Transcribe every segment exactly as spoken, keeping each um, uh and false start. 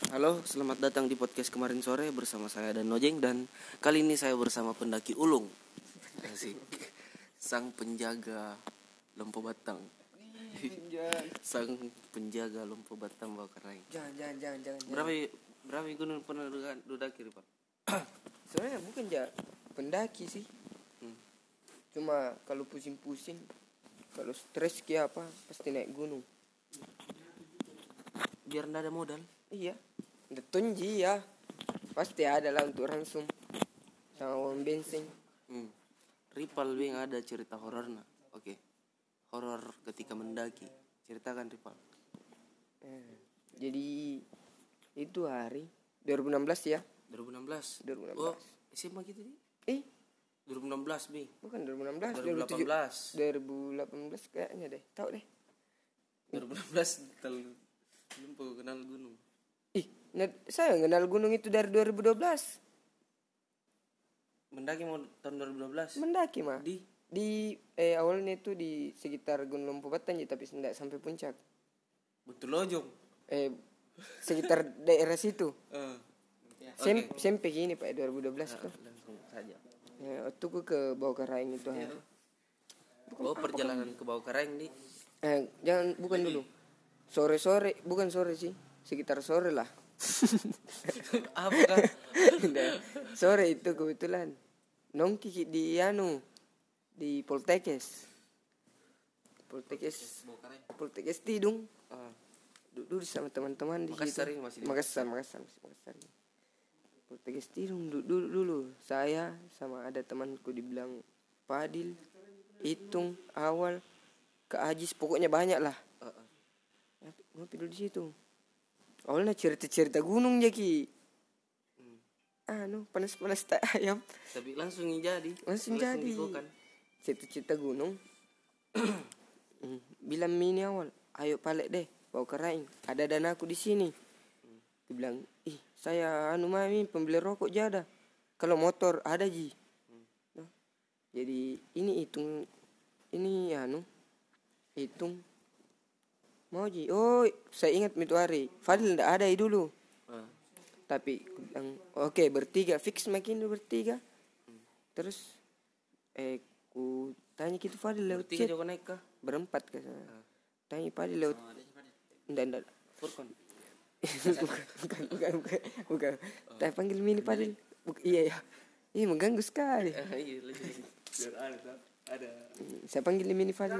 Halo, selamat datang di podcast kemarin sore bersama saya dan Nojeng. Dan kali ini saya bersama pendaki ulung, asik, sang penjaga Lempo Batang. Sang penjaga Lempo Batang Bawah Karaing. Jangan, jangan, jangan, jangan. Berapa berapa gunung pernah dudaki, Pak? Sebenarnya bukan ya pendaki sih. Hmm. Cuma kalau pusing-pusing, kalau stres kayak apa, pasti naik gunung. Biar ndak ada modal. Iya. Tunji ya. Pasti ada lah untuk ransum sama uang bensin. Hmm. Ripal bing ada cerita horornya. Oke. Horor ketika mendaki. Ceritakan Ripal. Eh, jadi itu hari dua ribu enam belas ya. dua ribu enam belas. dua ribu enam belas. Oh, S M A gitu nih. Eh, dua ribu enam belas, Bing. bukan dua ribu enam belas, dua ribu delapan belas. dua ribu delapan belas kayaknya deh. Tahu deh. dua ribu enam belas terlalu belum pernah kenal gunung. Ih, saya kenal gunung itu dari dua ribu dua belas. Mendaki mau tahun dua ribu dua belas. Mendaki mah. Di di eh awalnya itu di sekitar Gunung Lempo Batang tapi tidak sampai puncak. Betul Lojong. Eh sekitar daerah situ. Uh, Sem okay. Sampai gini Pak dua ribu dua belas Nah, tuh. langsung saja. Ya, waktu ku ke Bawah Karaing itu. Ya. Oh, perjalanan ke Bawah Karaing di. Eh jangan bukan dulu. Sore-sore, bukan sore sih. Sekitar sore lah. Apa kan? Sore itu kebetulan nongki di anu di Poltekes. Poltekes. Poltekes Tidung. Uh, Duduk sama teman-teman di Makassar situ. masih di Makassar, Makassar, masih Makassar. Poltekes Tidung duduk dulu. Saya sama ada temanku dibilang Fadil, Hitung, Awal, Kak Ajis, pokoknya banyak lah. uh, uh. Ngopi dulu di situ. Awalnya cerita-cerita gunung jaki. Hmm. Anu panas-panas tak ayam. Tapi langsung jadi. Langsung, langsung jadi. Dibukan. Cerita-cerita gunung. hmm. Bilang mini awal, ayo palek deh, bawa Karaing. Ada dana aku di sini. Hmm. Dibilang, ih saya anu mami pembeli rokok jada. Kalau motor ada ji. Hmm. Nah, jadi ini hitung, ini anu hitung. Mau ji, oh saya ingat itu hari Fadil ndak ada dulu, uh. tapi yang oke okay, bertiga fix makin bertiga, hmm. terus eh ku tanya gitu Fadil lewat bertiga juga naik kah? Berempat ke sana, uh. tanya Fadil lewat, oh, ndak ndak, Furkon, bukan bukan bukan bukan, bukan. Oh. Tanya panggil mini Fadil, Buk, iya ya, ini mengganggu sekali. Uh, iya, biar ada, ada. Saya panggil mini Fadil.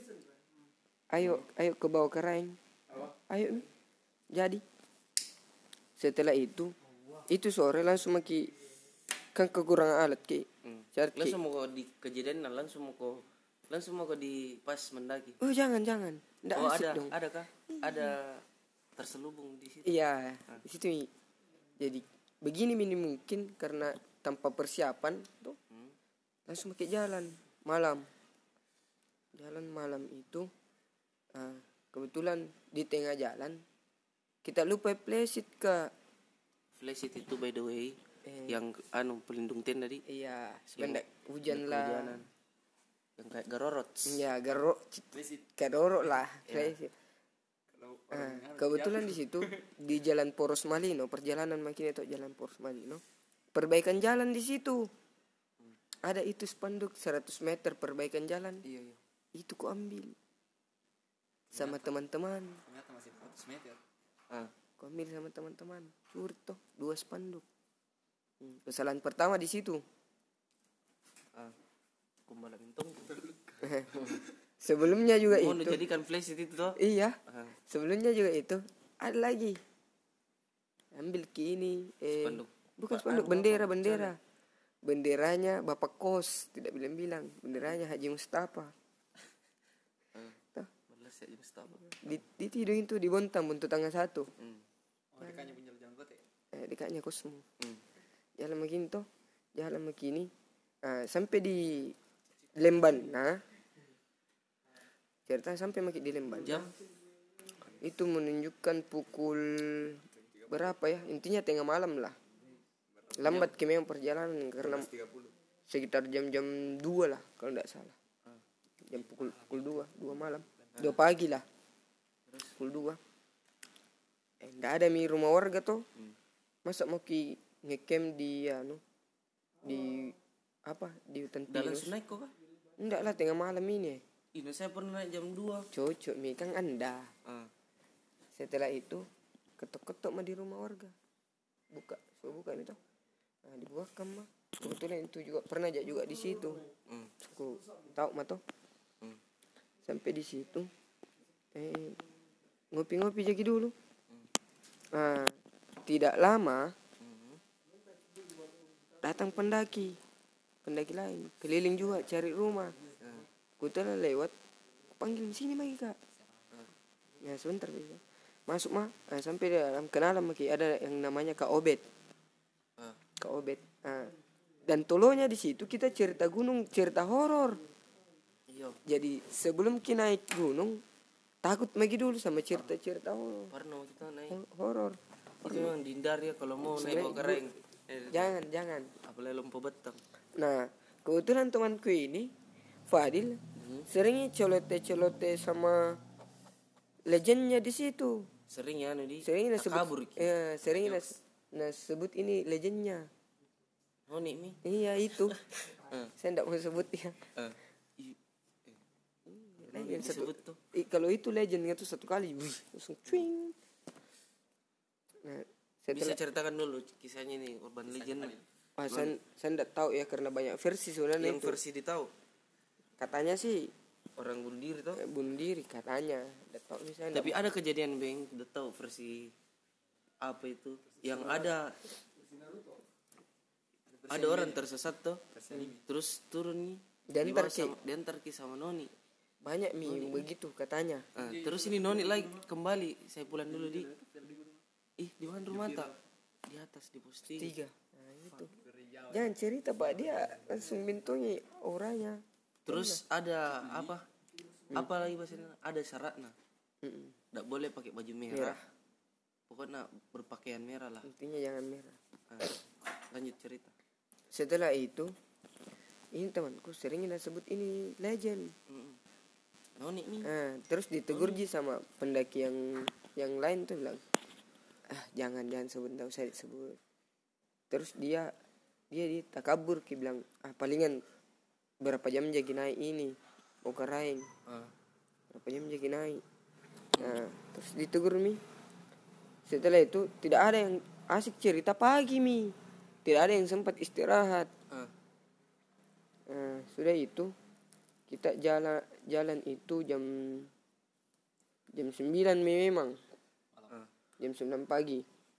Ayo, ayo ke Bawah Karaing. Ayo, jadi setelah itu, itu sore langsung maki kan kekurangan alat ki. Hmm. Langsung mau di kejadian langsung mau ke langsung mau ke di pas mendaki. Oh jangan jangan, nggak oh, asik ada, dong. Ada kah? Ada terselubung di situ. Iya, nah. Di situ. Jadi begini mini mungkin karena tanpa persiapan tuh, hmm. langsung pakai jalan malam. Jalan malam itu. Nah, kebetulan di tengah jalan kita lupa flashit ke flashit itu by the way eh. yang anu pelindung tenda tadi. Iya, sebenarnya hujan lah. Hujanan. Yang kayak garorot. Iya, garorot. Garorot lah. Flashit. Nah, kebetulan di situ di Jalan Poros Malino, perjalanan makin itu Jalan Poros Malino. Perbaikan jalan di situ. Hmm. Ada itu spanduk seratus meter perbaikan jalan. Iya, iya. Itu ku ambil. Sama teman-teman. Ternyata masih seratus meter. Ah, aku ambil sama teman-teman. Curut toh, dua spanduk. Hmm. Kesalahan pertama di situ. Ah, kumbala bintong. Sebelumnya juga oh, itu. Mau jadikan flash itu toh? Iya. Ah. Sebelumnya juga itu. Ada lagi. Ambil kini. Eh, spanduk. Bukan spanduk, bendera, bendera. Benderanya Bapak Kos, tidak bilang-bilang. Benderanya Haji Mustafa. Di, di tidur itu di Bontang, Buntu Tangga satu. Hmm. Oh, dekatnya punya jangkut ya? Eh, dekatnya Kosmo. Hmm. Jalan begini toh, jalan begini. Ah, sampai di Lemban. Nah, cerita sampai makin di Lemban. Jam? Itu menunjukkan pukul berapa ya? Intinya tengah malam lah. Lambat ke memang perjalanan karena sekitar jam-jam dua lah kalau tidak salah. Jam pukul pukul dua, dua malam. Dua pagi lah. Pukul dua. Eh, Tidak ada mi rumah warga tuh. Hmm. Masa mau ki ngecamp di anu di apa di hutan Udah pinus? langsung naik kok kah? Enggak lah tengah malam ini. Ini saya pernah naik jam dua. Cocok mi kan anda. Ah. Setelah itu ketok-ketok mah di rumah warga. Buka, so buka itu. Nah, dibukakan mah. Kebetulan itu juga pernah aja juga di situ. Hmm. Aku tahu mah toh. Hmm. Sampai di situ eh ngopi-ngopi jadi dulu. Nah, tidak lama Hmm. datang pendaki. Pendaki lain keliling juga cari rumah. Hmm. Kutelah lewat panggil sini lagi kak. Ya sebentar bisa. Masuk mah nah, sampai di dalam kenalan maki ada yang namanya Kak Obet. Ah. Kak Obet. Nah, dan tolonya di situ kita cerita gunung, cerita horor. Iya. Jadi sebelum kita naik gunung takut lagi dulu sama cerita-cerita horor. Pernah kita naik. Ho- Horor. Itu memang dihindari ya kalau mau naik Sebenarnya bawah kering. Eh, Jangan, jangan. apalagi lompat betang. Nah, kebetulan temanku ini Fadil seringnya celote-celote sama legendnya di situ. Sering ya nih di. Sering na sebut, kabur. ya, sering na, na sebut ini legendnya. Noni mi. Iya itu. Ah. Saya tidak mau sebut ya. Ah. I- Legend satu. disebut tuh. Eh, kalau itu legendnya tuh satu kali, wih, langsung cuing. Nah, Bisa setelah ceritakan dulu kisahnya nih urban legend. ah, saya saya tidak tahu ya karena banyak versi sebenarnya Yang itu. versi ditahu Katanya sih orang bunuh diri tuh. eh, bunuh diri katanya. Tidak tahu misalnya. Tapi ada kejadian beng, udah tahu versi apa itu? Yang ada ada orang tersesat tuh, terus turun nih, Dan dibawa terki- sama, diantar ki sama Noni. banyak mi yang begitu katanya. Ah, terus ini Noni lagi kembali, saya pulang dulu di, ih di mana rumah tak? Di atas di pos tiga. Tiga. Nah, itu. Jangan cerita Pak, dia langsung bintungnya orangnya. Terus ada apa? Apa lagi bahasanya? Ada syaratnya, Mm-mm. tidak boleh pakai baju merah. Pokoknya berpakaian merah lah. Intinya jangan merah. Ah, lanjut cerita. Setelah itu ini temanku sering kita sebut ini legend. Mm-mm. Noni nih. Nah, terus ditegur Ji sama pendaki yang yang lain tuh bilang, ah jangan jangan sebut, tahu saya disebut. Terus dia dia di takabur ki bilang, ah palingan berapa jam jadi naik ini mau ke Raeng, Ah. berapa jam jadi naik. Nah, terus ditegur mi. Setelah itu tidak ada yang asik cerita pagi mi, tidak ada yang sempat istirahat. Ah. Nah, sudah itu kita jalan jalan itu jam jam sembilan memang. Ah. Jam sembilan pagi.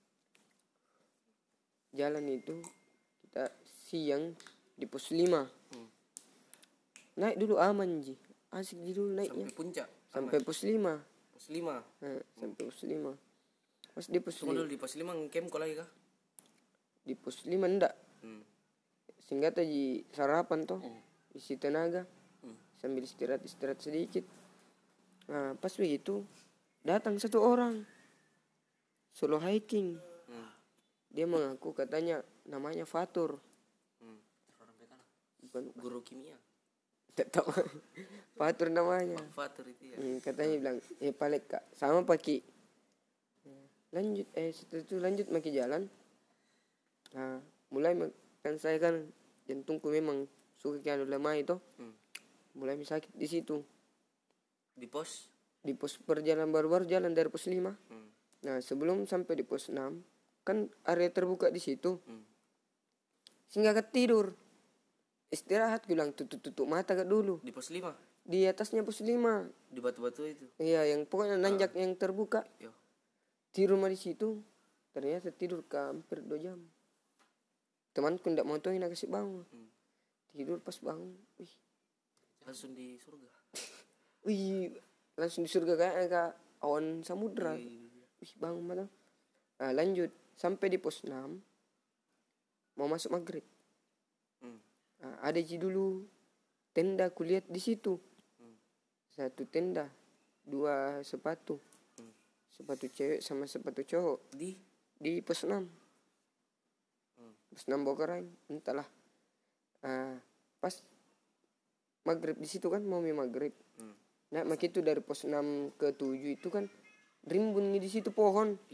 Jalan itu kita siang di pos lima. Hmm. Naik dulu aman Ji. Asik Ji dulu naiknya. Sampai puncak. Sampai pos lima. Pos lima. Nah, sampai pos lima. Pas di pos Tunggu lima. dulu di pos lima ngecamp kok lagi kah? Di pos lima ndak. Hmm. Sehingga tadi sarapan toh. Hmm. Isi tenaga. Hmm. Sambil istirahat-istirahat sedikit. Nah, pas begitu datang satu orang. Solo hiking. Hmm. Dia mengaku katanya namanya Fatur. Hmm. Bukan Guru kimia. tidak tahu. Fatur namanya. Fatur itu ya. Hmm, katanya bilang, eh palek kak, sama paki. Lanjut, eh setelah itu lanjut maki jalan. Nah, mulai mak- kan saya kan jantungku memang suka kian lemah itu. Hmm. Mulai sakit di situ. Di pos. Di pos perjalanan baru-baru jalan dari pos lima. Hmm. Nah, sebelum sampai di pos enam, kan area terbuka di situ. Hmm. Sehingga ketidur. Istirahat bilang tutup-tutup mata ke dulu. Di pos lima. Di atasnya pos lima. Di batu-batu itu. Iya, yang pokoknya nanjak yang terbuka. Yo. Di rumah di situ ternyata tidur ke hampir dua jam. Temanku ndak mau tuh nak kasih bangun. Hmm. Tidur pas bangun. Wih. Langsung di surga. Wih, langsung di surga kayak kayak awan samudra. Wih, bangun mana? Nah, lanjut sampai di pos enam. Mau masuk maghrib. Hmm. Nah, ada ji dulu tenda kulihat di situ. Hmm. Satu tenda, dua sepatu. Hmm. Sepatu cewek sama sepatu cowok Di. di pos enam. Hmm. Pos enam Bokarang, entahlah. Ah, pas maghrib di situ kan mau mi maghrib. Hmm. Nah, mak itu dari pos enam ke tujuh itu kan rimbun di situ pohon. Iya.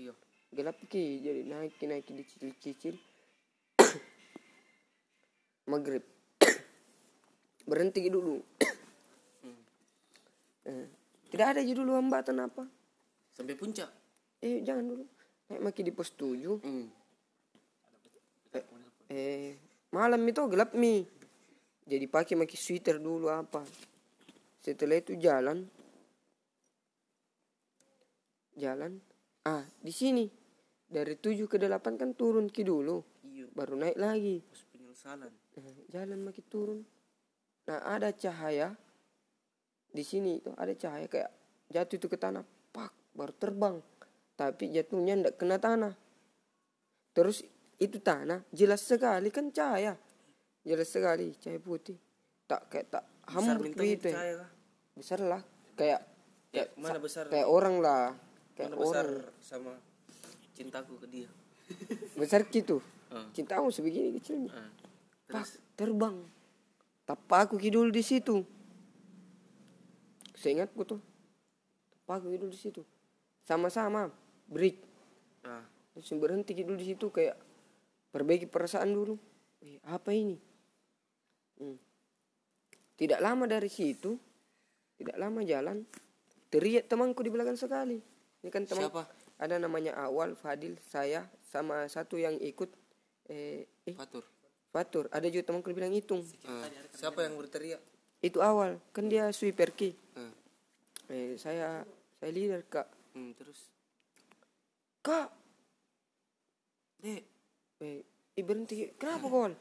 gelap ki, jadi naik naik dicicil-cicil. Maghrib berhenti dulu. eh, tidak ada aja dulu hambatan apa. Sampai puncak. Eh jangan dulu. Naik maki di pos tujuh. Hmm. Eh, eh malam itu gelap mi. Jadi pakai maki sweater dulu apa. Setelah itu jalan. Jalan. Ah, di sini. Dari tujuh ke delapan kan turun ki dulu. Iya. Baru naik lagi. Pos penyesalan. Eh, jalan maki turun. Nah, ada cahaya. Di sini itu ada cahaya kayak jatuh itu ke tanah. Pak, baru terbang. Tapi jatuhnya ndak kena tanah. Terus itu tanah jelas sekali kan cahaya. Jelas sekali cahaya putih. Tak kayak tak Besar hamur bintang gitu. cahaya kah? Besar lah. Kayak Ya, kayak, mana sa- besar? kayak orang lah. Kayak Mana besar orang. sama cintaku ke dia. Besar gitu. Ah. Cintamu sebegini kecilnya. Ah. Pak, Terus terbang. Tapak aku kidul di situ. Seingatku tuh. Tapak aku kidul di situ. Sama-sama break. ah. Langsung berhenti dulu di situ kayak perbaiki perasaan dulu. Eh, apa ini? Hmm. Tidak lama dari situ, tidak lama jalan, teriak temanku di belakang sekali. Ini kan teman. Siapa? Ada namanya Awal, Fadil, saya sama satu yang ikut eh, eh Fatur. Fatur. Ada juga temanku bilang hitung. Ah. Siapa yang berteriak? Itu Awal, kan dia sweeper ki. Ah. Eh, saya saya leader kak. Hmm, terus Kak, Dek, eh, eh berhenti. Kenapa kawan?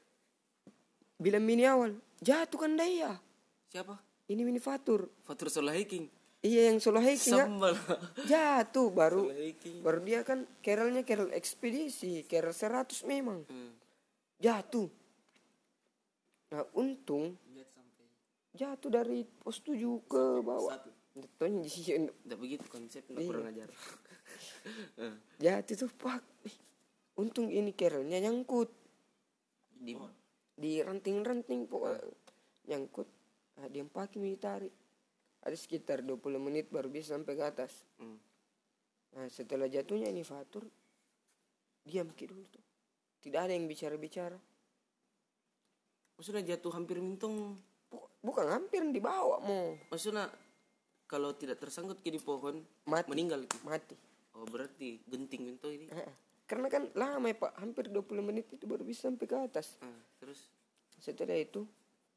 Bilang mini Awal, jatuh kan dia. siapa? Ini mini Fatur. Fatur Solah hiking. Iya yang solo hiking ya. Sambal. Jatuh baru. Solah hiking. Baru dia kan kerelnya kerel ekspedisi, kerel seratus memang. Hmm. Jatuh. Nah, untung jatuh dari pos tujuh ke bawah. Tentunya di sini Tidak begitu konsep, tidak Iya. kurang ajar. Ah. jatuh tuh pak. Eh, untung ini kerelnya nyangkut Di di ranting-ranting pokoknya nyangkut. Nah, dia pakai militari. Ada sekitar dua puluh menit baru bisa sampai ke atas. Hmm. Nah, setelah jatuhnya ini Fatur diam ki dulu tuh. Tidak ada yang bicara-bicara. Maksudnya jatuh hampir mintung. Buk- Bukan hampir dibawa mau Maksudnya kalau tidak tersangkut ke di pohon mati. meninggal itu. Mati. Oh berarti genting minto ini. Eh, Karena kan lama ya Pak, hampir dua puluh menit itu baru bisa sampai ke atas. Ah, terus Setelah itu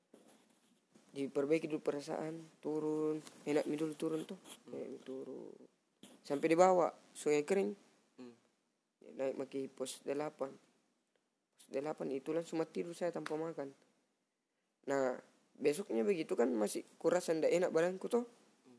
diperbaiki dulu perasaan, turun, enak mi dulu turun tuh. Eh, turun. Sampai dibawa Sungai Kering. hmm. Naik maki pos delapan. Pos delapan itu langsung mati tidur saya tanpa makan. Nah, besoknya begitu kan masih kurasa ndak enak badanku tuh.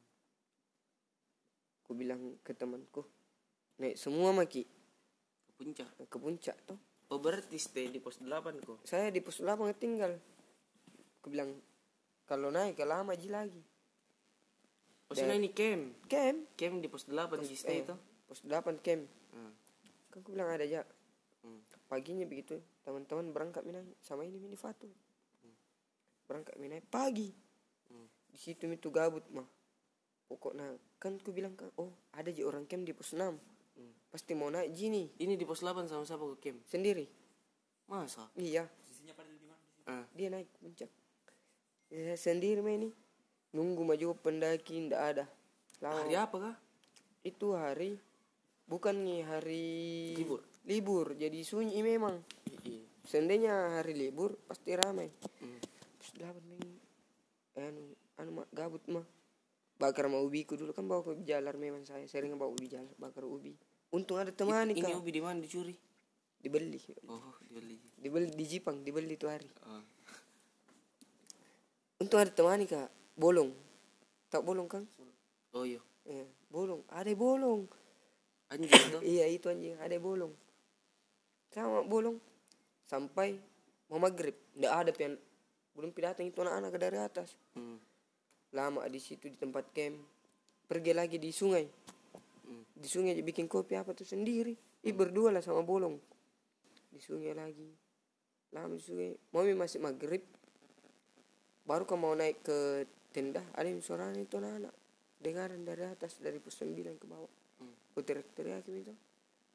Ku bilang ke temanku, naik semua maki ke puncak. ke puncak tuh. Oh berarti stay di pos delapan kok. Saya di pos delapan tinggal. Ku bilang kalau naik ke lama aja lagi. Maksudnya ini camp. Camp. Camp di pos delapan di stay Eh, itu. pos delapan camp. Ah. Kan ku bilang ada aja. Hmm. Paginya begitu teman-teman berangkat minai sama ini mini Fatu. Berangkat minai pagi. Hmm. Di situ itu gabut mah. Pokoknya kan ku bilang kan, oh ada aja orang camp di pos enam. Hmm. Pasti mau naik gini Ini di pos delapan sama siapa ke camp? sendiri. Masa? Iya, Ah. dia naik puncak. Ya, sendiri mah ini. Nunggu maju pendaki ndak ada. Lama. Hari apa kah? Itu hari bukan nih hari Libur. Libur, jadi sunyi memang. Iya. Seandainya hari libur pasti ramai. Hmm. Terus delapan minggu. Anu, anu mak gabut mah. Bakar mau ubiku dulu kan bawa ke jalar memang saya sering bawa ubi jalar bakar ubi. Untung ada teman nih Ini kak. ubi di mana dicuri? Dibeli. Oh dibeli. Dibeli di Jipang, dibeli itu hari. Ah. Untung ada teman nih kak. Bolong. Tak bolong kan? Oh iya. Eh, bolong. Ada bolong. Anjing itu. Iya itu anjing, ada bolong. Sama bolong. Sampai mau maghrib, ndak ada pian. Belum datang itu anak-anak dari atas. Hmm. Lama di situ di tempat camp. Pergi lagi di sungai. Hmm. Di sungai aja bikin kopi apa tuh sendiri. Ih berdua lah sama bolong. Di sungai lagi. Lama di sungai. Mami masih maghrib. Baru kamu mau naik ke tenda, ada yang suara itu anak-anak. Dengaran dari atas dari pos sembilan ke bawah. Hmm. Ku teriak-teriak itu.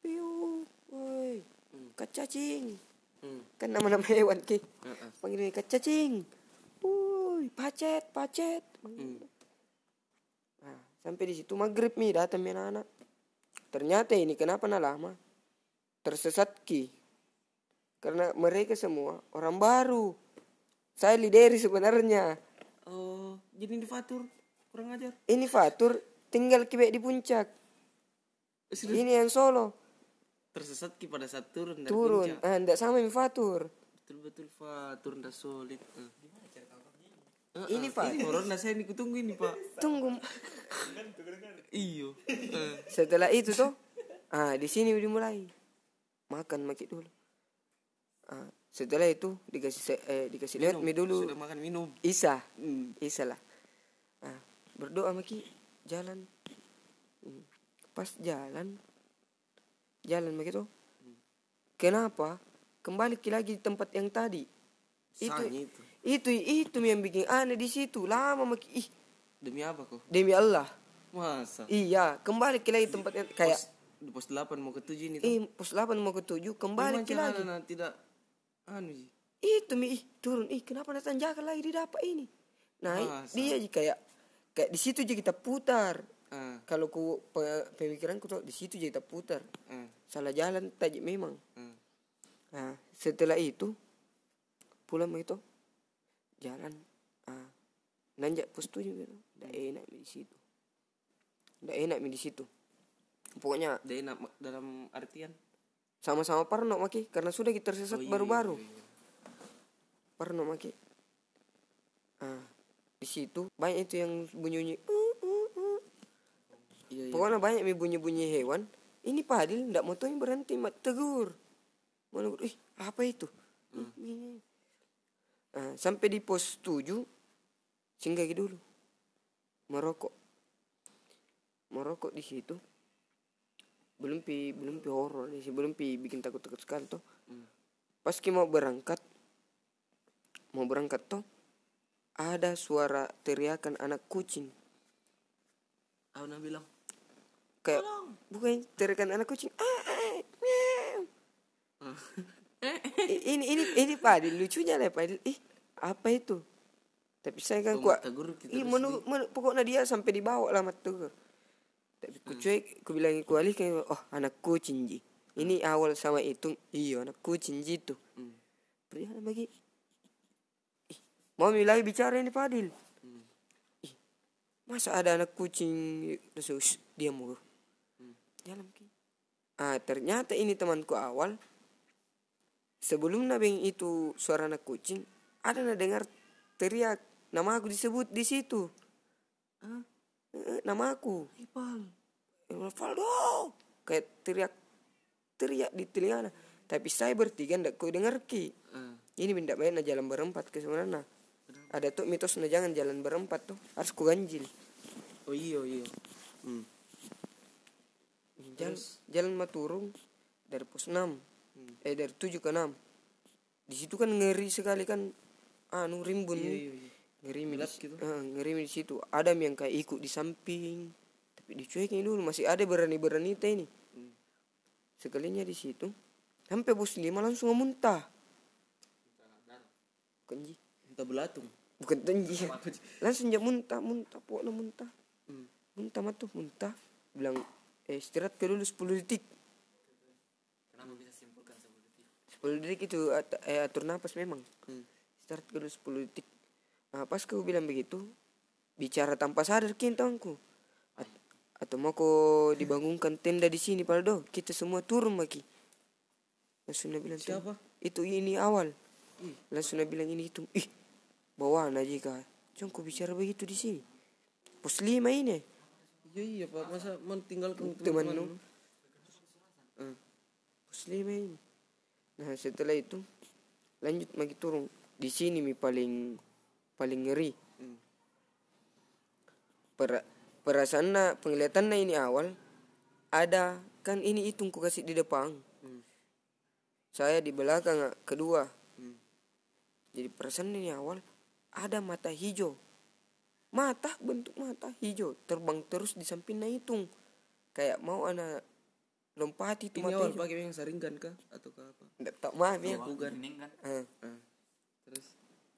piu, woi, Hmm. kacacing. Hmm. Kan nama-nama hewan ki. Heeh. Panggilnya kacacing. Woi, pacet, pacet. Hmm. Nah, sampai di situ maghrib mi datang mi anak-anak. Ternyata ini kenapa nah lama? Tersesat ki. Karena mereka semua orang baru. Saya lideri sebenarnya. Oh, jadi di Fatur kurang ajar. Ini Fatur tinggal kibek di puncak. Sudah Ini yang Solo. tersesat ki pada saat turun dari Turun. puncak. Ah, ndak sama mi Fatur. Betul-betul Fatur ndak solid. Eh. Ini Pak. Ini corona saya nih kutunggu ini Pak. Tunggu. Iyo. Eh. Setelah itu tuh, ah di sini dimulai makan maki dulu. Ah, setelah itu dikasih se- eh, dikasih lihat mie dulu. Sudah makan minum. Isa, Hmm. Isa lah. Ah, berdoa maki jalan. Hmm. Pas jalan, jalan maki tuh. Kenapa? Kembali ke lagi di tempat yang tadi. Itu, Sanya itu. itu itu yang bikin aneh di situ. Lama maki. Ih, Demi apa kok? demi Allah. Masa? Iya, kembali ke lagi tempat yang kayak Pos, di pos delapan mau ke tujuh ini tuh. eh pos delapan mau ke tujuh kembali ke lagi. Nah, tidak anu sih. Itu mi ih, turun. Ih, kenapa datang jaga lagi di dapat ini? Nah, Masa? dia aja kayak kayak di situ aja kita putar. Ah, Kalau ku pe- pemikiranku tuh di situ aja kita putar. ah, Salah jalan tadi memang. ah. Nah, setelah itu pulang begitu jalan ah nanjak pos tujuh gitu. Nggak enak mi di situ. Nggak enak mi di situ. Pokoknya Dia enak ma- dalam artian sama-sama parno maki karena sudah kita tersesat Oh, iya, baru-baru. iya, iya, iya. Parno maki. Ah, di situ banyak itu yang bunyi-bunyi. Uh, uh, uh. Iya, iya. Pokoknya banyak mi bunyi-bunyi hewan. Ini Padil ndak mau berhenti mat tegur. Mau negur, ih apa itu? Hmm. Ih, ini. Ah, sampai di pos tujuh singgah dulu. Merokok. Merokok di situ. Belum pi belum pi horor di sini, belum pi bikin takut-takut sekali tuh. Hmm. Pas kita mau berangkat mau berangkat tuh ada suara teriakan anak kucing. Aku nak bilang Kayak bukan teriakan anak kucing. Ah, ah, meow. ah. I- ini ini ini Padil lucunya lah Padil. Ih, apa itu? Tapi saya kan Oh, kuat. mata guru kita Ih, terus menu, menu, pokoknya dia sampai dibawa lah mat tegur. Tapi ku cuek, ku bilang ku alihkan, oh anak kucing ji. Ini awal sama itu, iya anak kucing ji tuh. Hmm. Perjalanan bagi. Ih, mau mulai bicara ini Padil. Hmm. Ih, masa ada anak kucing terus dia mau Hmm. jalan ki. Ah, ternyata ini temanku awal. Sebelum nabeng itu suara anak kucing, ada na dengar teriak nama aku disebut di situ. Ah, Eh, nama aku. Ipal. Valdo. Kayak teriak teriak di telinga. Tapi saya bertiga ndak ku dengar ki. Ah. Ini benda main na jalan berempat ke sebenarnya. Ada tuh mitos na jangan jalan berempat tuh, harus ku ganjil. Oh iya iya. Hmm. Jalan, jalan maturung dari pos enam. Hmm. Eh dari tujuh ke enam. Di situ kan ngeri sekali kan anu rimbun. Iya iya iya. Ngeri mi Gelap di, gitu. eh, ngeri mi di situ. Ada yang kayak ikut di samping. Tapi dicuekin dulu masih ada berani-berani teh ini. Hmm. Sekalinya di situ sampai bus lima langsung muntah. Bukan ji, Entah belatung. bukan tenji. Langsung dia muntah, muntah, pokoknya muntah. Hmm. Muntah mah tuh muntah. Bilang eh istirahat ke dulu sepuluh detik. Kenapa bisa simpulkan sepuluh detik? sepuluh detik itu at- eh, atur napas memang. Hmm. Istirahat ke dulu sepuluh detik. Nah, pas kau bilang begitu, bicara tanpa sadar kintangku. At- atau mau kau dibangunkan tenda di sini Paldo, kita semua turun lagi. Langsung dia bilang Siapa? itu ini awal. Ih. Langsung dia bilang ini itu. Ih, bawaan aja kah. Jangan kau bicara begitu di sini. Pos lima ini. Iya iya Pak, masa mau tinggalkan Teman teman-teman lu. lu? Ah, pos lima ini. Nah setelah itu lanjut lagi turun. Di sini mi paling paling ngeri. Hmm. Per, perasaan penglihatan ini awal ada kan ini itu ku kasih di depan. Hmm. Saya di belakang kedua. Hmm. Jadi perasaan ini awal ada mata hijau. Mata bentuk mata hijau terbang terus di samping hitung. Kayak mau anak lompati itu Ini awal matanya. pakai yang saringan kah atau ke apa? Nggak tahu mah ya. Bukan. Kan? Ah, Ah. Terus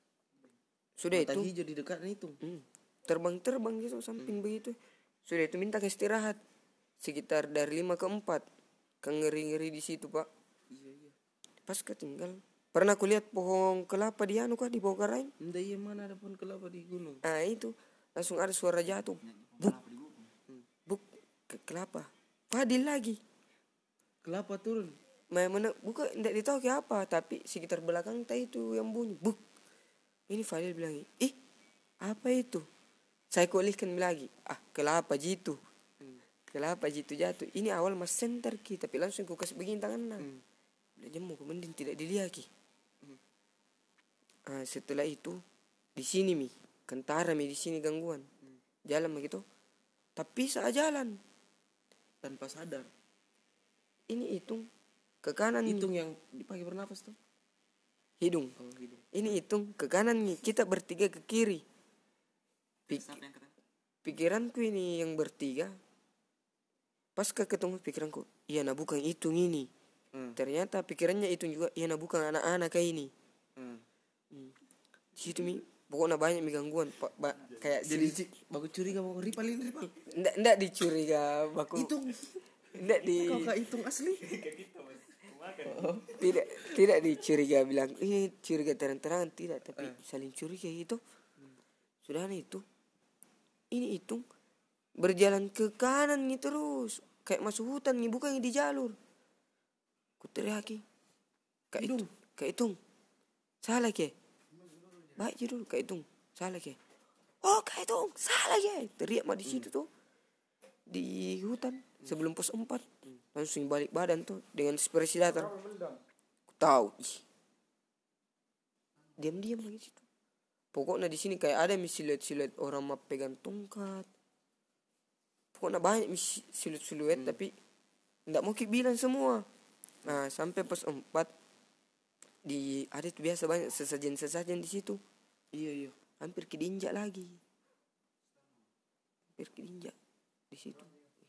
sudah mata itu hijau di dekatnya itu. hmm, terbang-terbang gitu samping begitu. Sudah itu minta ke istirahat sekitar dari lima ke empat. Kan ngeri-ngeri di situ, Pak. Iya iya. Pas ketinggal. Pernah aku lihat pohon kelapa di anu kah di bawah karaing? Nda iya mana ada pohon kelapa di gunung. Ah itu langsung ada suara jatuh. Buk, buk ke kelapa. Fadil lagi. Kelapa turun. Main mana bukan tidak ditahu ke apa, tapi sekitar belakang tadi itu yang bunyi. Buk. Ini Fadil bilang, ih apa itu? Saya kolihkan lagi. Ah kelapa jitu. Kelapa jitu jatuh. Ini awal mas center ki, tapi langsung ku kasih begini tangan. Hmm. Udah jemu kemudian tidak dilihat ki. Hmm. Ah, setelah itu di sini mi, kentara mi di sini gangguan. Hmm. Jalan begitu. Tapi saat jalan Tanpa sadar. ini hitung ke kanan. Hitung yang dipakai bernapas tuh. Hidung. Oh, hidung. Ini hitung ke kanan nih, kita bertiga ke kiri. Pik pikiranku ini yang bertiga. Pas ke ketemu pikiranku, iya nah bukan hitung ini. Hmm. Ternyata pikirannya hitung juga, iya nah bukan anak-anak kayak ini. Hmm. Hmm. Di situ mi, pokoknya banyak mi gangguan. Pa, ba, kayak jadi si, baku curiga mau ripalin ripal. Ndak ndak dicuriga baku. Hitung. Ndak di. Kau kak hitung asli. Oh. Tidak tidak dicuriga bilang ini curiga terang-terangan tidak, tapi uh. saling curiga gitu. Hmm. Sudah itu ini hitung berjalan ke kanan nih terus kayak masuk hutan nih, bukan di jalur. Ku teriaki kak hitung kak hitung salah ke baik dulu kak hitung salah ke oh kak hitung salah ke teriak mah di situ tuh di hutan sebelum pos empat. Langsung balik badan tuh dengan ekspresi datar. Ku tahu. Ih. Diam-diam lagi situ. Pokoknya di sini kayak ada siluet-siluet orang mah pegang tongkat. Pokoknya banyak siluet-siluet hmm. tapi enggak mau bilang semua. Nah, sampai pos empat di ada itu biasa banyak sesajen-sesajen di situ. Iya, iya. Hampir kedinjak lagi. Hampir kedinjak di situ.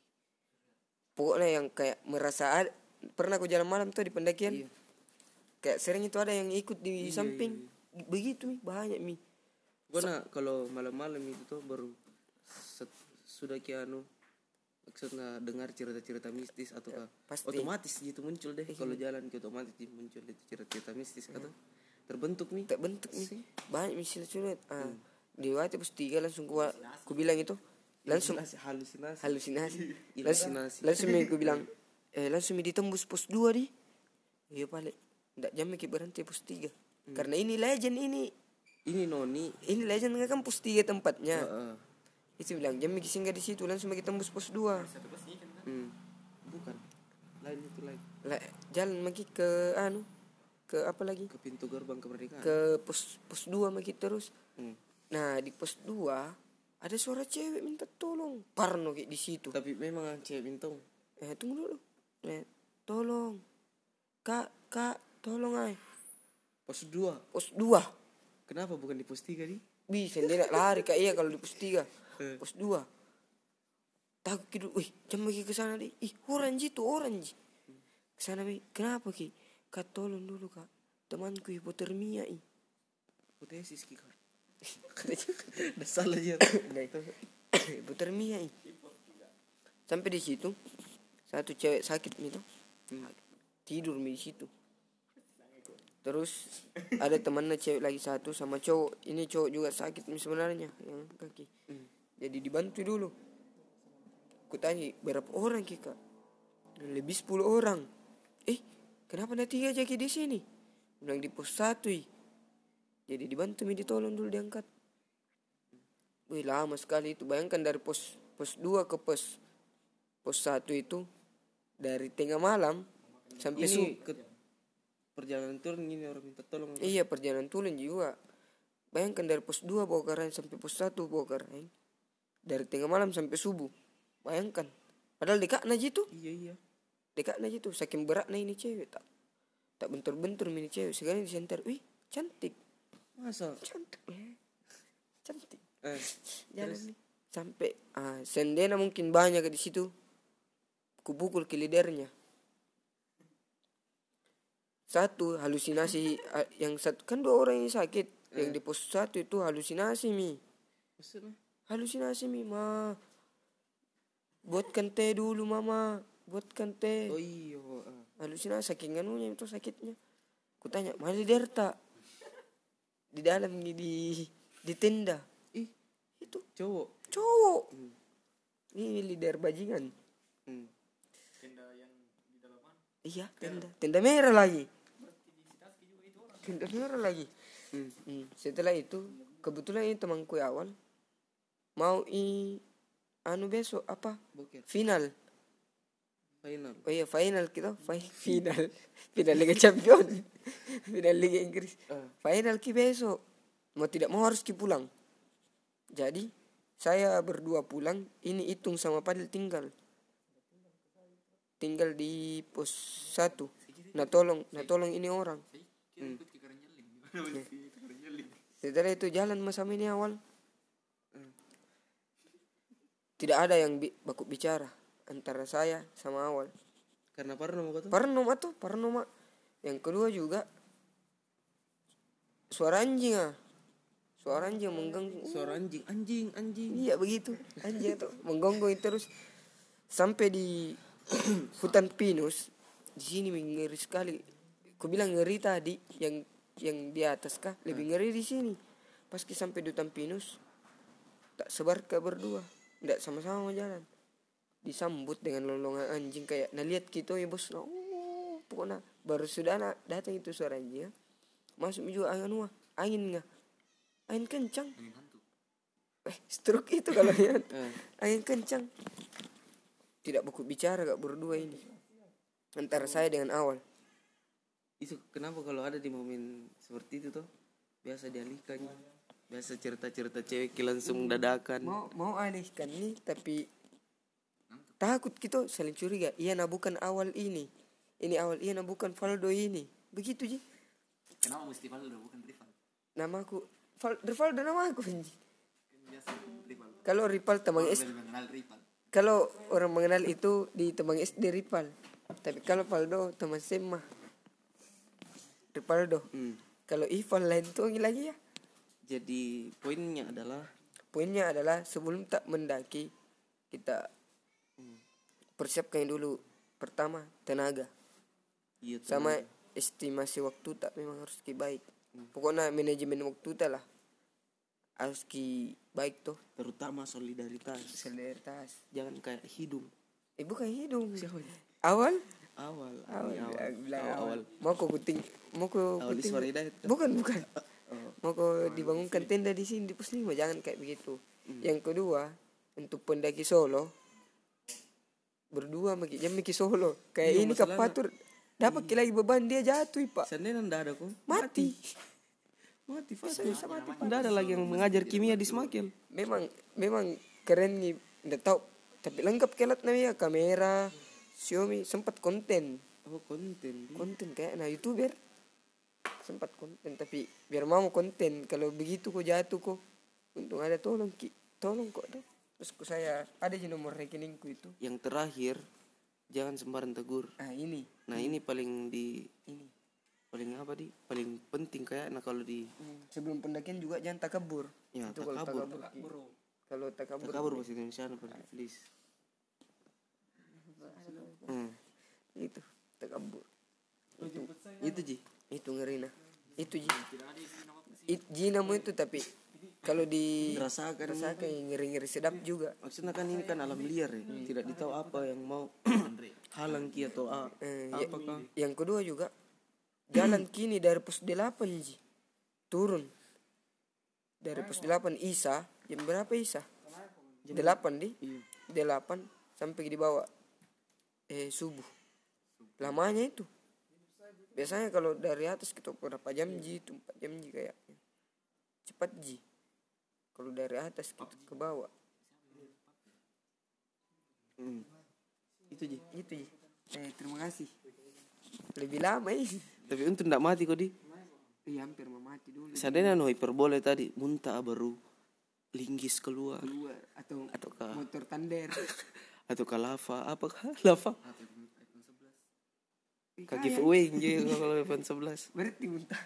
Pokoknya yang kayak merasa ada, pernah aku jalan malam tuh di pendakian. Iya. Kayak sering itu ada yang ikut di iya, samping. Iya, iya. Begitu mi, banyak mi. Gua kalau malam-malam itu tuh baru set, sudah kianu maksudnya dengar cerita-cerita mistis atau ya, otomatis gitu muncul deh. Kalau jalan ke otomatis muncul itu cerita-cerita mistis ya. Atau terbentuk nih. Terbentuk nih. Banyak misil-misil. Ah, hmm. Di waktu pos tiga langsung gua ku bilang itu langsung halusinasi halusinasi langsung langsung aku bilang eh langsung ditembus pos dua di iya balik ndak jam ki berhenti pos tiga hmm. Karena ini legend ini ini noni ini legend kan pos tiga tempatnya uh, uh. Itu bilang jam ki singgah di situ langsung kita tembus pos dua hmm. Bukan lain itu lain La, jalan maki ke anu ke apa lagi ke pintu gerbang kemerdekaan ke pos pos dua maki terus hmm. Nah di pos dua ada suara cewek minta tolong. Parno kayak di situ. Tapi memang cewek minta. Eh tunggu dulu. Eh, tolong. Kak, kak, tolong ay. Pos dua. Pos dua. Kenapa bukan di pos tiga di? Bisa dia nak lari kak iya kalau di pos tiga. Pos dua. Takut gitu. Wih, jam lagi ke sana deh. Ih, orang jitu, orang ji. Ke sana bi. Kenapa ki? Kak tolong dulu kak. Temanku hipotermia ih. Hipotesis ki kak. Udah salah aja. Hipotermia ini. Sampai di situ satu cewek sakit gitu. Hmm. Tidur di situ. Terus ada temannya cewek lagi satu sama cowok. Ini cowok juga sakit sebenarnya yang kaki. Hmm. Jadi dibantu dulu. Ku tanya berapa orang Kika? Lebih sepuluh orang. Eh, kenapa ada tiga aja di sini? Bilang di pos satu. Jadi dibantu mi ditolong dulu diangkat. Wih lama sekali itu. Bayangkan dari pos pos dua ke pos pos satu itu dari tengah malam sampai ini su- ke perjalanan turun ini orang minta tolong. Iya perjalanan turun juga. Bayangkan dari pos dua bawa karain sampai pos satu bawa karain. Dari tengah malam sampai subuh. Bayangkan. Padahal dekatnya gitu. Iya iya. Dekatnya gitu. Saking beratnya ini cewek tak tak bentur-bentur ini cewek. Sekarang di center. Wih cantik. Masa? Cantik. Cantik. Eh, jalan nih. Sampai ah, sendena mungkin banyak di situ. Kupukul ke lidernya. satu halusinasi, ah, yang satu kan dua orang yang sakit, yang di pos satu itu halusinasi mi. Maksudnya? Halusinasi mi, ma. Buatkan teh dulu mama, buatkan teh. Oh iya. ah. Halusinasi saking anunya itu sakitnya. Kutanya, mana Derta? Di dalam di di tenda. Ih, Itu cowok. cowok. Ini leader bajingan. Hmm. Iya, tenda. Tenda merah lagi. Tenda merah lagi. Hmm. Hmm. Setelah itu, kebetulan ini temanku yang awal mau i anu besok apa? Boker. Final. Final. Oh iya, final kita, fi- final. Final Liga Champion. Final Liga Inggris. Ah. Final ki besok. Mau tidak mau harus ki pulang. Jadi, saya berdua pulang, ini hitung sama Padil tinggal. Tinggal di pos satu. Nah tolong, nah tolong ini orang. Hmm. Setelah itu jalan mas sama ini awal. Tidak ada yang bi- baku bicara antara saya sama awal. Karena parno mau kata. Parnoma tuh, Parnoma. Yang kedua juga suara anjing ah. Suara anjing mengganggu. Suara anjing, anjing, anjing. Iya begitu. Anjing tuh menggonggong terus sampai di hutan pinus. Di sini ngeri sekali. Ku bilang ngeri tadi yang yang di atas kah? Lebih ngeri di sini. Pas kita sampai di hutan pinus tak sebar ke berdua. Nggak sama-sama jalan. Disambut dengan lolongan anjing kayak nah lihat kita ya bos. Nah, oh, pokoknya baru sudah nak datang itu suara anjing ya. Masuk juga angin wah, angin nggak? Angin kencang. Eh, stroke itu kalau ya. Angin kencang. Tidak buku bicara gak berdua ini. Antara saya dengan awal. Itu kenapa kalau ada di momen seperti itu tuh biasa dialihkan. Biasa cerita-cerita cewek langsung dadakan. Mau mau alihkan nih tapi takut gitu saling curiga. Iya nah bukan awal ini. Ini awal iya nah bukan Valdo ini. Begitu ji. Kenapa mesti Valdo bukan Rival? Namaku Val, Rivaldo nama aku. Biasa Rival. Kalau Rival teman S mengenal Rival. kalau orang mengenal itu di teman S D Rival. Tapi kalau Valdo teman S M A. Rivaldo. Hmm. Kalau Ival lain tuh lagi ya. Jadi poinnya adalah Poinnya adalah sebelum tak mendaki kita persiapkan dulu pertama tenaga iya, sama estimasi waktu tak memang harus ki baik. Pokoknya manajemen waktu tak lah harus ki baik tuh. terutama solidaritas. Solidaritas. Jangan kayak hidung. Eh bukan hidung. Siapa? Awal Awal. awal Ini awal. bilang awal. awal. awal. Mau kau kuting mau kau Awal kuting. Iswar Hidayat. Bukan bukan. Oh. Mau kau dibangunkan tenda di sini di pos lima jangan kayak begitu. Yang kedua untuk pendaki Solo berdua maki jam maki Solo kayak Iya, ini masalahnya- kapatur dapat ki lagi beban dia jatuh pak Seandainya ndak ada kok. mati. Mati Bisa, Fatih. bisa mati, Pak. Ndak ada lagi yang mengajar kimia di Semakel. Memang memang keren nih nggak tahu tapi lengkap kelat namanya kamera Xiaomi sempat konten Oh konten. konten kayak nah youtuber sempat konten tapi biar mau konten kalau begitu kok jatuh kok untung ada tolong ki tolong kok dah terus ku saya ada di nomor rekeningku itu. Yang terakhir jangan sembarang tegur. Ah ini Nah ini paling di ini paling apa di paling penting kayak nah kalau di Hmm, sebelum pendakian juga jangan takabur. ya Itu kalau takabur. takabur. Kalau takabur. Takabur bahasa Indonesia apa please. Hmm. Itu takabur. Itu Ji. Itu ngeri nah. Itu ji. It, ji namu itu tapi kalau di Rasakan. rasakan yang ngeri-ngeri sedap juga. Maksudnya kan ini kan alam liar ya. Tidak ditahu apa yang mau halang ki atau a, Eh, ya- apakah. yang kedua juga jalan kini dari pos delapan ji. Turun. Dari pos delapan Isa, jam berapa Isa? delapan di. Iya. delapan sampai di bawah eh subuh. Lamanya itu. Biasanya kalau dari atas kita berapa jam ji itu empat jam ji kayaknya. Cepat ji. Kalau dari atas kita ke bawah. Hmm. Itu Ji. Itu ji. Eh terima kasih. Lebih lama ini. Tapi untuk ndak mati kok di. Iya hampir mau mati dulu. Sadenya no hiperbole tadi muntah baru linggis keluar Keluar atau ataukah motor tander. ataukah lava apakah lava Kak giveaway nje kalau iPhone sebelas. Berarti muntah.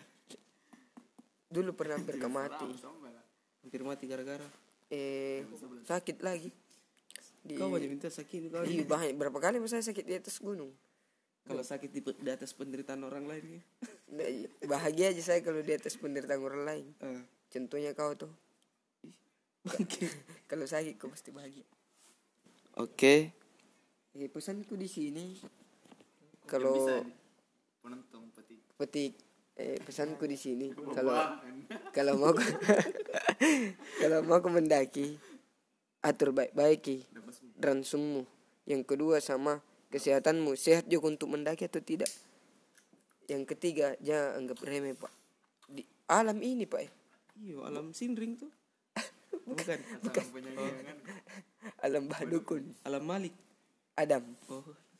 Dulu pernah hampir mati. Hampir mati gara-gara. Eh sakit lagi. Di... Kau aja minta sakit kau. Iya, banyak berapa kali saya sakit di atas gunung. Kalau sakit di, di atas penderitaan orang lain ya. Bahagia aja saya kalau di atas penderitaan orang lain. Uh. Contohnya kau tuh. Okay. Kalau sakit kau pasti bahagia. Oke. Okay. Eh, pesanku di sini kalau penonton petik. Petik eh pesanku di sini kalau kalau mau kalau mau ke mendaki atur baik-baiki ransummu. Yang kedua sama kesehatanmu, sehat juga untuk mendaki atau tidak. Yang ketiga jangan anggap remeh Pak. Di alam ini Pak. Eh. Iyo alam sinring tuh. Bukan. Bukan. Oh. Alam Badukun. Alam Malik. Adam. Oh.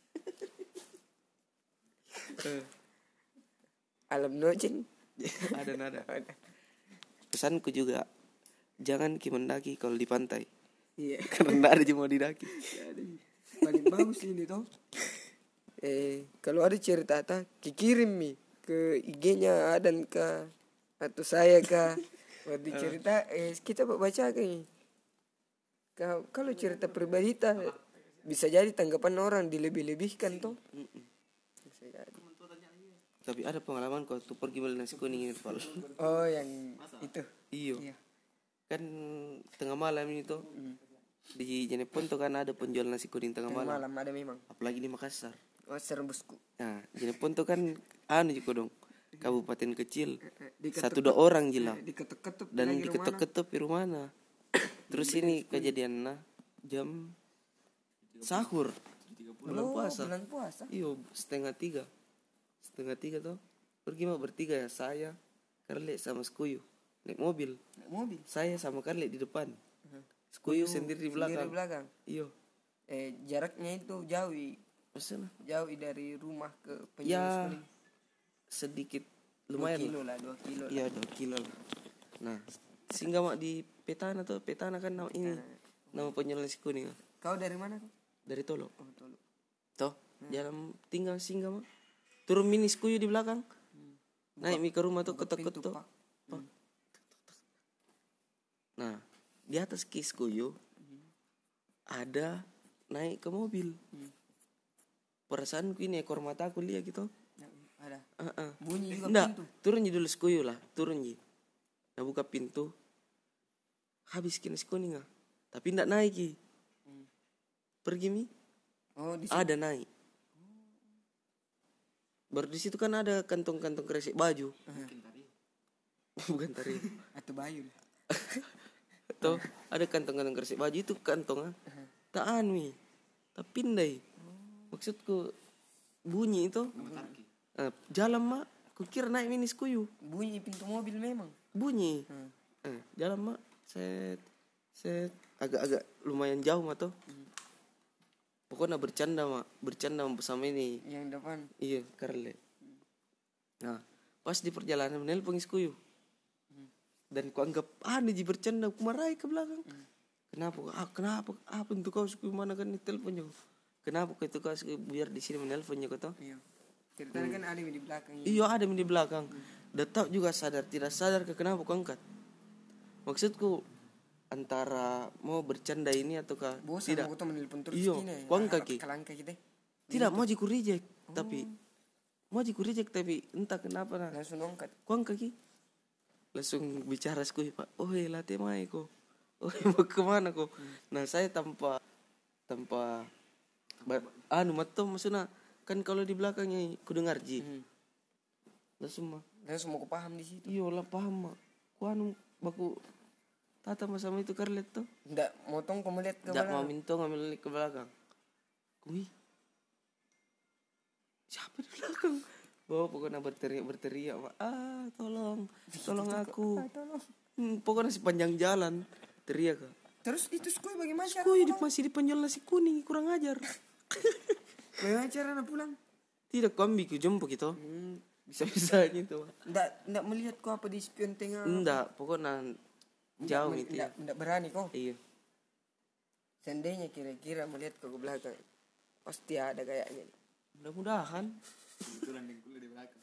Alam Nojeng. Ada nada. Pesanku juga jangan ki mendaki kalau di pantai. Iya. Karena ada cuma didaki. Paling bagus ini toh. Eh kalau ada cerita tak kirim mi ke I G-nya Adan kah atau saya kah. Waktu cerita eh kita baca kayak kalau cerita pribadi tak bisa jadi tanggapan orang dilebih-lebihkan toh. Bisa jadi. Tapi ada pengalaman kau tuh pergi beli nasi kuning ini Val. Oh yang itu. Iyo. Iya. Kan tengah malam ini tuh mm. di Jenepon tuh kan ada penjual nasi kuning tengah, tengah malam. malam ada memang. Apalagi di Makassar. Makassar bosku. Nah Jenepon tuh kan anu juga dong. Kabupaten kecil. Diketuk, satu dua orang gila. Diketuk-ketuk dan diketuk-ketuk di rumah. Terus ini kejadian nah jam sahur. Bulan puasa. Bulan puasa. Iyo setengah tiga. Setengah tiga tuh pergi mah bertiga ya, saya Karle sama Skuyu naik mobil. Naik mobil. Saya sama Karle di depan. Uh-huh. Skuyu sendiri di belakang. Sendiri di belakang. Iyo. Eh jaraknya itu jauh. Maksudnya? Jauh dari rumah ke penjual ya, kuning. Sedikit lumayan. dua kilo lah, dua kilo. Iya dua kilo lah. Nah singgah mak di Petana tuh, Petana kan nama ini nama penjual nasi kuning. Kau dari mana kau? Dari Tolo. Oh Tolo. Toh hmm. Jalan tinggal singgah mak. Turun mini Skuyu di belakang. Hmm. Naik mi ke rumah tuh ketok-ketok. Hmm. Nah, di atas ki Skuyu hmm. ada naik ke mobil. Hmm. Perasaanku ini ekor mataku lihat gitu. Ada. Uh-uh. Bunyi juga Nggak, pintu. turun je dulu Skuyu lah, turun je. Nah buka pintu. Habis kini kuning ah. Tapi ndak naik ki. Hmm. Pergi mi. Oh, di ada naik. Baru di situ kan ada kantong-kantong kresek baju. Uh-huh. Bukan tari. Atau bayu. Atau ada kantong-kantong kresek baju itu kantong ah. Uh-huh. Tak anu. Tak pindai. Oh. Maksudku bunyi itu. Uh, jalan mak, kukira naik mini Skuyu. Bunyi pintu mobil memang. Bunyi. Hmm. Uh, jalan mak, set set agak-agak lumayan jauh mak tuh. Hmm. Pokoknya bercanda mak, bercanda bersama ini. Yang depan. Iya, Karle. Hmm. Nah, pas di perjalanan menelpon Skuyu. Hmm. Dan ku anggap aneh ji bercanda, ku marahi ke belakang. Hmm. Kenapa? Ah, kenapa? Apa untuk kau Skuyu mana kan ini teleponnya? Kenapa kau itu kau Skuyu biar di sini menelponnya kau tahu? Iya. Ceritanya hmm. kan ada di belakang. Iya, ada di belakang. Hmm. Dan tahu juga sadar tidak sadar ke kenapa ku angkat. Maksudku antara mau bercanda ini ataukah bosan tidak? Bosan aku menelpon terus iyo, gini. Kuang kaki. Gitu. Tidak mau jiku reject, oh. tapi mau jiku reject tapi entah kenapa nah. Langsung angkat. Kuang kaki. Langsung bicara Skuyu, Pak. Oh, hey, latih mai ko. Oh, mau kemana ko? Hmm. Nah, saya tanpa tanpa bar, anu matom maksudnya kan kalau di belakangnya ku dengar ji. Hmm. Langsung mah. Langsung mau paham di situ. Iya lah paham mak. Ku anu baku tata sama itu Karlet tuh. Nggak motong kamu lihat ke belakang. Nggak mau minta ngambil ke belakang. Kui. Siapa di belakang? Bawa pokoknya berteriak-berteriak. Ah tolong. Tolong aku. Ah, tolong. Hmm, pokoknya sepanjang jalan. Teriak kak. Terus itu Skuyu bagaimana? Skuyu di, masih di penjual nasi kuning. Kurang ajar. Bagaimana cara nak pulang? Tidak kami ku jemput gitu. Hmm, bisa-bisa gitu. Nggak, nggak melihat kau apa di spion tengah? Nggak, pokoknya jauh nggak, gitu nggak, ya. Nggak berani kau? Iya. Seandainya kira-kira melihat kau ke belakang, pasti ada kayaknya. Mudah-mudahan. Kebetulan yang kuliah di belakang.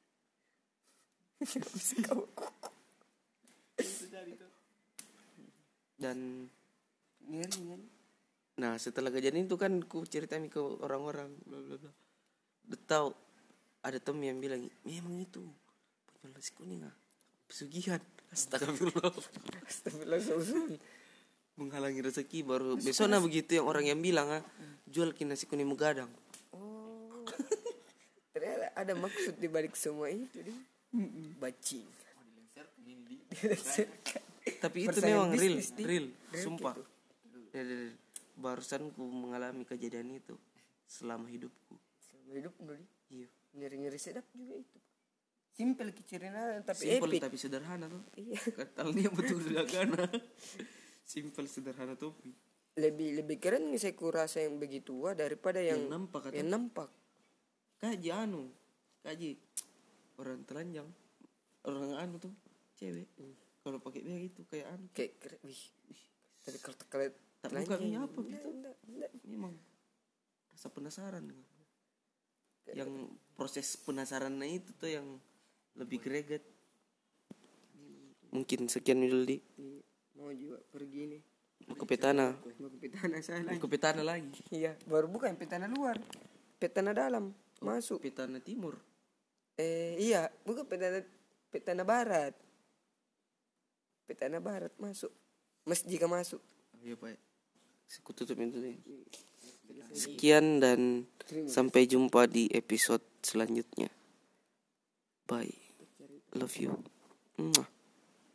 Itu jadi tuh. Dan Ngeri kan? nah setelah kejadian itu kan ku ceritain ke orang-orang bla bla bla. Udah tahu ada temen yang bilang memang itu penjual nasi kuning ah pesugihan. Astagfirullah. Astagfirullah Sultan. Menghalangi rezeki baru besoknya begitu yang orang yang bilang ah jual ki nasi kuning mugadang. Oh. Ternyata ada maksud di balik semua itu dia. Bacing. Oh, dilenser ini di. Tapi itu Persaingan memang real, bisnis, Di. real, Real sumpah. gitu. Ya, ya, ya. Barusan ku mengalami kejadian itu selama hidupku. Selama hidup dulu. Iya. Ngeri-ngeri sedap juga itu. Simpel keceriaan tapi Simpel epic. tapi sederhana tuh. Iya. Katalnya betul sederhana. Simpel sederhana topi. Lebih lebih keren nih saya kurasa yang begitu tua daripada yang, Yang nampak atau? yang nampak. Kaji anu, kaji orang telanjang, orang anu tuh cewek. Kalau pakai beg itu kayak anu. Kayak keren. Wih. Tapi kalau kalau Tak telanjang, bukannya apa enggak, gitu. enggak, enggak. Memang rasa penasaran. Yang proses penasarannya itu tuh yang lebih greget. Mungkin sekian dulu di. Iya, mau juga pergi nih. Mau ke Petana. Mau ke petana saya Mau lagi. ke Petana lagi. Iya, baru bukan petana luar. Petana dalam. Masuk. Petana Timur. Eh iya, bukan petana petana barat. Petana barat masuk. Mas jika masuk. Iya Pak. Aku tutup itu deh. Sekian dan sampai jumpa di episode selanjutnya. Bye. Love you. Mwah.